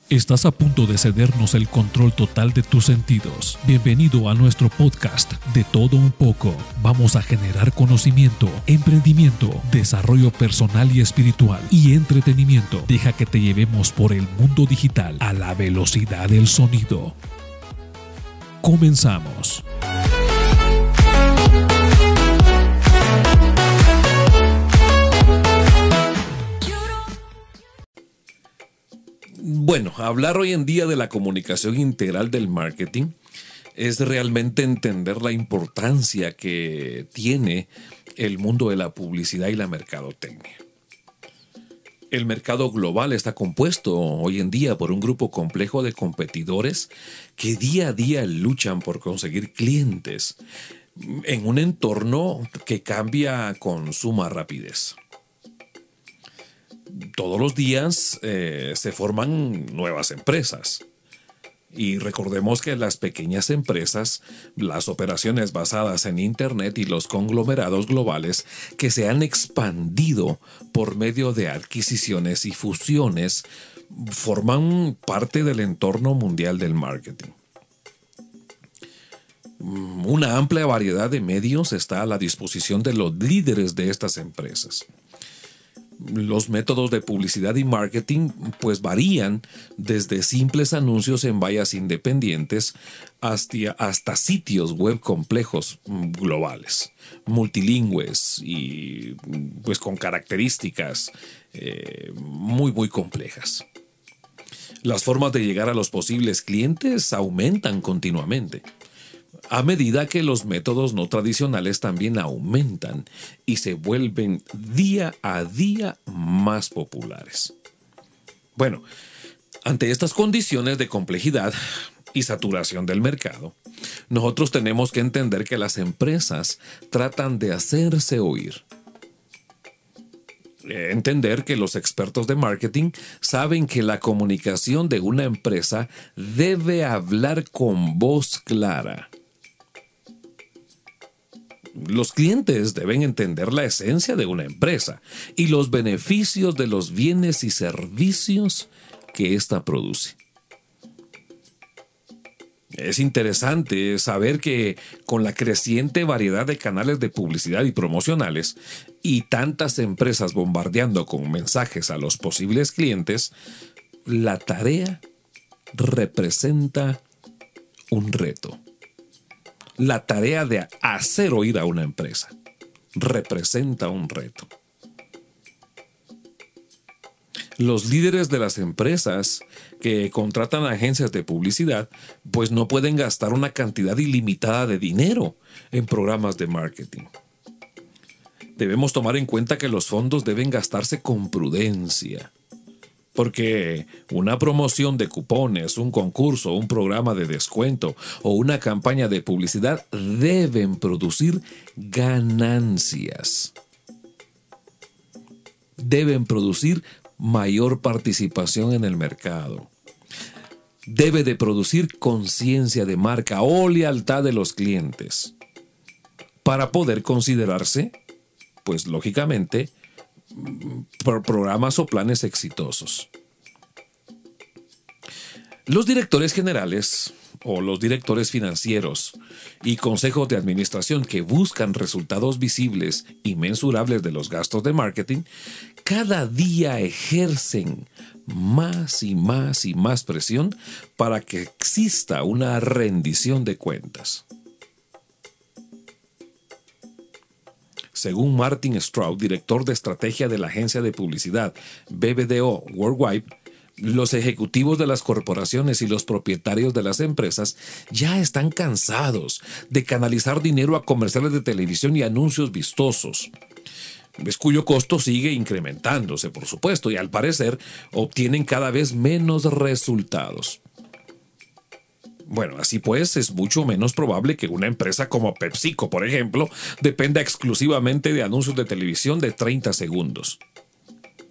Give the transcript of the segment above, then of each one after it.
Estás a punto de cedernos el control total de tus sentidos. Bienvenido a nuestro podcast De Todo Un Poco. Vamos a generar conocimiento, emprendimiento, desarrollo personal y espiritual y entretenimiento. Deja que te llevemos por el mundo digital a la velocidad del sonido. Comenzamos. Bueno, hablar hoy en día de la comunicación integral del marketing es realmente entender la importancia que tiene el mundo de la publicidad y la mercadotecnia. El mercado global está compuesto hoy en día por un grupo complejo de competidores que día a día luchan por conseguir clientes en un entorno que cambia con suma rapidez. Todos los días se forman nuevas empresas. Y recordemos que las pequeñas empresas, las operaciones basadas en Internet y los conglomerados globales que se han expandido por medio de adquisiciones y fusiones, forman parte del entorno mundial del marketing. Una amplia variedad de medios está a la disposición de los líderes de estas empresas. Los métodos de publicidad y marketing pues varían desde simples anuncios en vallas independientes hasta sitios web complejos globales, multilingües y pues con características muy complejas. Las formas de llegar a los posibles clientes aumentan continuamente, a medida que los métodos no tradicionales también aumentan y se vuelven día a día más populares. Bueno, ante estas condiciones de complejidad y saturación del mercado, nosotros tenemos que entender que las empresas tratan de hacerse oír. Entender que los expertos de marketing saben que la comunicación de una empresa debe hablar con voz clara. Los clientes deben entender la esencia de una empresa y los beneficios de los bienes y servicios que ésta produce. Es interesante saber que con la creciente variedad de canales de publicidad y promocionales y tantas empresas bombardeando con mensajes a los posibles clientes, la tarea representa un reto. La tarea de hacer oír a una empresa representa un reto. Los líderes de las empresas que contratan agencias de publicidad pues no pueden gastar una cantidad ilimitada de dinero en programas de marketing. Debemos tomar en cuenta que los fondos deben gastarse con prudencia. Porque una promoción de cupones, un concurso, un programa de descuento o una campaña de publicidad deben producir ganancias. Deben producir mayor participación en el mercado. Debe de producir conciencia de marca o lealtad de los clientes para poder considerarse, pues lógicamente, programas o planes exitosos. Los directores generales o los directores financieros y consejos de administración que buscan resultados visibles y mensurables de los gastos de marketing, cada día ejercen más y más presión para que exista una rendición de cuentas. Según Martin Stroud, director de estrategia de la agencia de publicidad BBDO Worldwide, los ejecutivos de las corporaciones y los propietarios de las empresas ya están cansados de canalizar dinero a comerciales de televisión y anuncios vistosos, cuyo costo sigue incrementándose, por supuesto, y al parecer obtienen cada vez menos resultados. Bueno, así pues, es mucho menos probable que una empresa como PepsiCo, por ejemplo, dependa exclusivamente de anuncios de televisión de 30 segundos.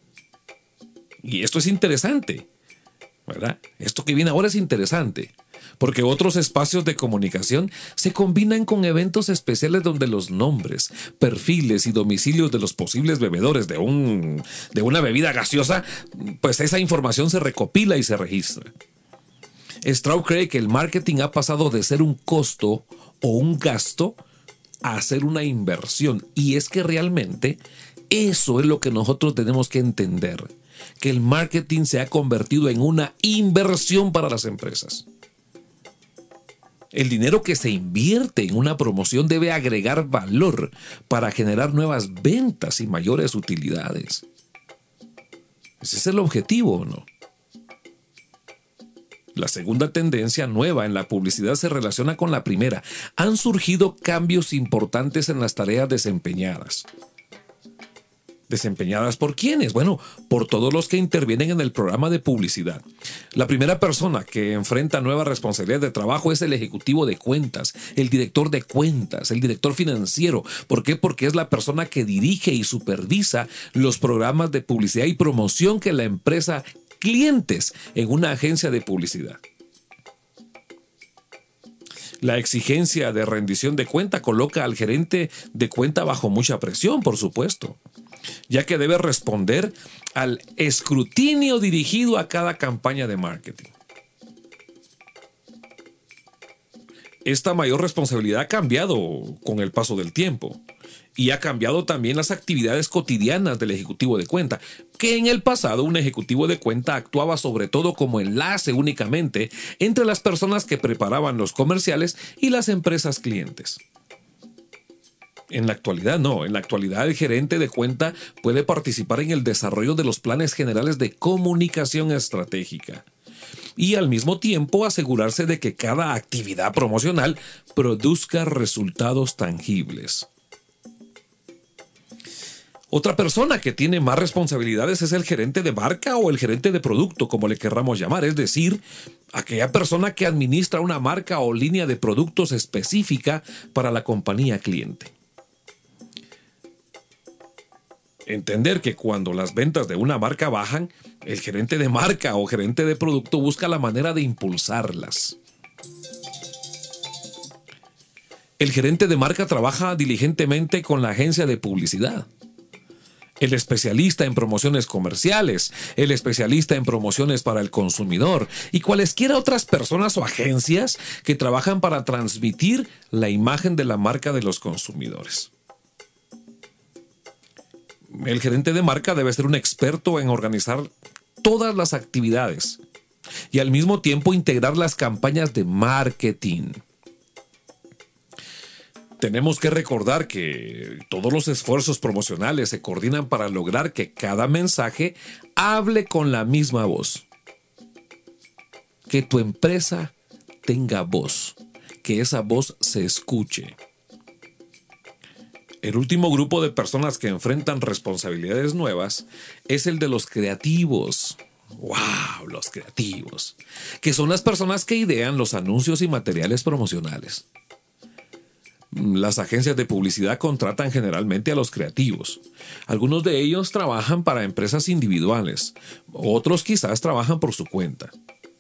Y esto es interesante, ¿verdad? Esto que viene ahora es interesante, porque otros espacios de comunicación se combinan con eventos especiales donde los nombres, perfiles y domicilios de los posibles bebedores de una bebida gaseosa, pues esa información se recopila y se registra. Stroud cree que el marketing ha pasado de ser un costo o un gasto a ser una inversión, y es que realmente eso es lo que nosotros tenemos que entender, que el marketing se ha convertido en una inversión para las empresas. El dinero que se invierte en una promoción debe agregar valor para generar nuevas ventas y mayores utilidades. Ese es el objetivo, ¿o no? La segunda tendencia nueva en la publicidad se relaciona con la primera. Han surgido cambios importantes en las tareas desempeñadas. ¿Desempeñadas por quiénes? Bueno, por todos los que intervienen en el programa de publicidad. La primera persona que enfrenta nuevas responsabilidades de trabajo es el ejecutivo de cuentas, el director de cuentas, el director financiero. ¿Por qué? Porque es la persona que dirige y supervisa los programas de publicidad y promoción que la empresa clientes en una agencia de publicidad. La exigencia de rendición de cuenta coloca al gerente de cuenta bajo mucha presión, por supuesto, ya que debe responder al escrutinio dirigido a cada campaña de marketing. Esta mayor responsabilidad ha cambiado con el paso del tiempo y ha cambiado también las actividades cotidianas del ejecutivo de cuenta, que en el pasado un ejecutivo de cuenta actuaba sobre todo como enlace únicamente entre las personas que preparaban los comerciales y las empresas clientes. En la actualidad no, en la actualidad el gerente de cuenta puede participar en el desarrollo de los planes generales de comunicación estratégica y al mismo tiempo asegurarse de que cada actividad promocional produzca resultados tangibles. Otra persona que tiene más responsabilidades es el gerente de marca o el gerente de producto, como le querramos llamar, es decir, aquella persona que administra una marca o línea de productos específica para la compañía cliente. Entender que cuando las ventas de una marca bajan, el gerente de marca o gerente de producto busca la manera de impulsarlas. El gerente de marca trabaja diligentemente con la agencia de publicidad. El especialista en promociones comerciales, el especialista en promociones para el consumidor y cualesquiera otras personas o agencias que trabajan para transmitir la imagen de la marca de los consumidores. El gerente de marca debe ser un experto en organizar todas las actividades y al mismo tiempo integrar las campañas de marketing. Tenemos que recordar que todos los esfuerzos promocionales se coordinan para lograr que cada mensaje hable con la misma voz. Que tu empresa tenga voz, que esa voz se escuche. El último grupo de personas que enfrentan responsabilidades nuevas es el de los creativos. ¡Wow! Los creativos, que son las personas que idean los anuncios y materiales promocionales. Las agencias de publicidad contratan generalmente a los creativos. Algunos de ellos trabajan para empresas individuales, otros quizás trabajan por su cuenta.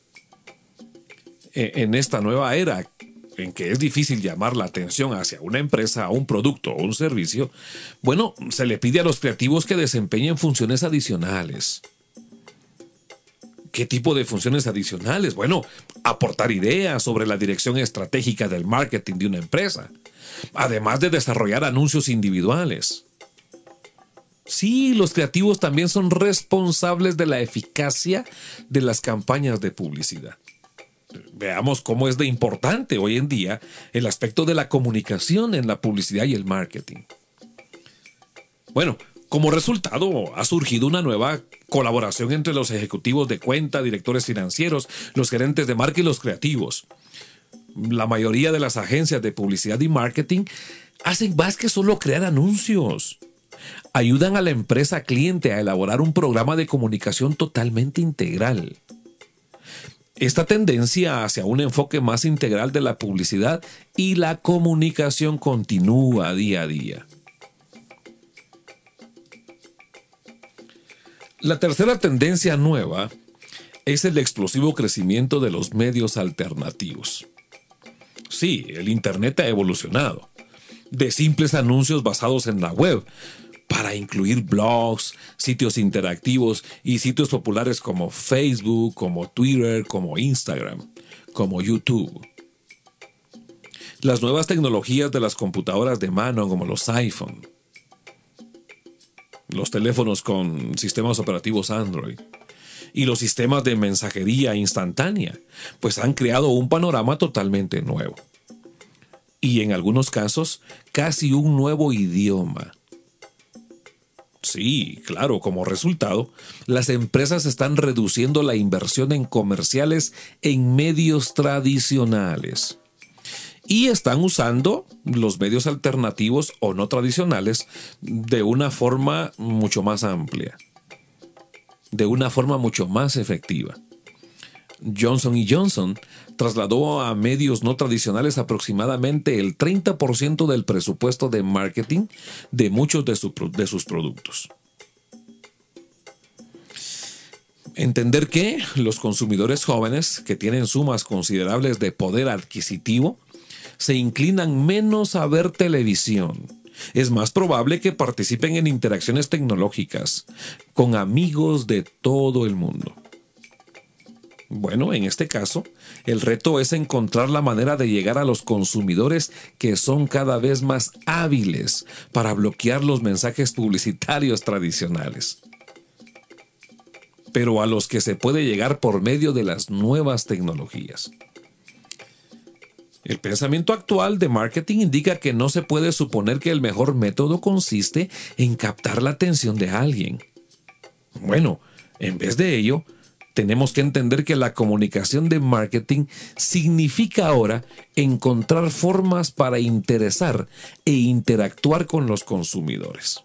En esta nueva era, en que es difícil llamar la atención hacia una empresa, un producto o un servicio, bueno, se le pide a los creativos que desempeñen funciones adicionales. ¿Qué tipo de funciones adicionales? Bueno, aportar ideas sobre la dirección estratégica del marketing de una empresa, además de desarrollar anuncios individuales. Sí, los creativos también son responsables de la eficacia de las campañas de publicidad. Veamos cómo es de importante hoy en día el aspecto de la comunicación en la publicidad y el marketing. Bueno, como resultado, ha surgido una nueva colaboración entre los ejecutivos de cuenta, directores financieros, los gerentes de marca y los creativos. La mayoría de las agencias de publicidad y marketing hacen más que solo crear anuncios. Ayudan a la empresa cliente a elaborar un programa de comunicación totalmente integral. Esta tendencia hacia un enfoque más integral de la publicidad y la comunicación continúa día a día. La tercera tendencia nueva es el explosivo crecimiento de los medios alternativos. Sí, el Internet ha evolucionado, de simples anuncios basados en la web, para incluir blogs, sitios interactivos y sitios populares como Facebook, como Twitter, como Instagram, como YouTube. Las nuevas tecnologías de las computadoras de mano como los iPhone, los teléfonos con sistemas operativos Android y los sistemas de mensajería instantánea, pues han creado un panorama totalmente nuevo. Y en algunos casos, casi un nuevo idioma. Sí, claro, como resultado, las empresas están reduciendo la inversión en comerciales en medios tradicionales. Y están usando los medios alternativos o no tradicionales de una forma mucho más amplia, de una forma mucho más efectiva. Johnson & Johnson trasladó a medios no tradicionales aproximadamente el 30% del presupuesto de marketing de muchos de sus productos. Entender que los consumidores jóvenes, que tienen sumas considerables de poder adquisitivo, se inclinan menos a ver televisión. Es más probable que participen en interacciones tecnológicas con amigos de todo el mundo. Bueno, en este caso, el reto es encontrar la manera de llegar a los consumidores que son cada vez más hábiles para bloquear los mensajes publicitarios tradicionales, pero a los que se puede llegar por medio de las nuevas tecnologías. El pensamiento actual de marketing indica que no se puede suponer que el mejor método consiste en captar la atención de alguien. Bueno, en vez de ello, tenemos que entender que la comunicación de marketing significa ahora encontrar formas para interesar e interactuar con los consumidores.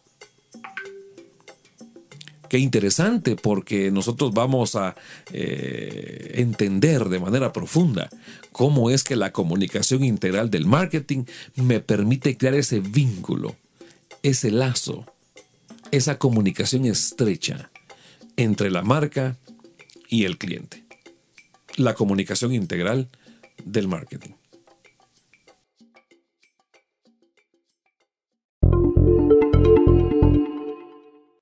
Qué interesante, porque nosotros vamos a entender de manera profunda cómo es que la comunicación integral del marketing me permite crear ese vínculo, ese lazo, esa comunicación estrecha entre la marca y el cliente. La comunicación integral del marketing.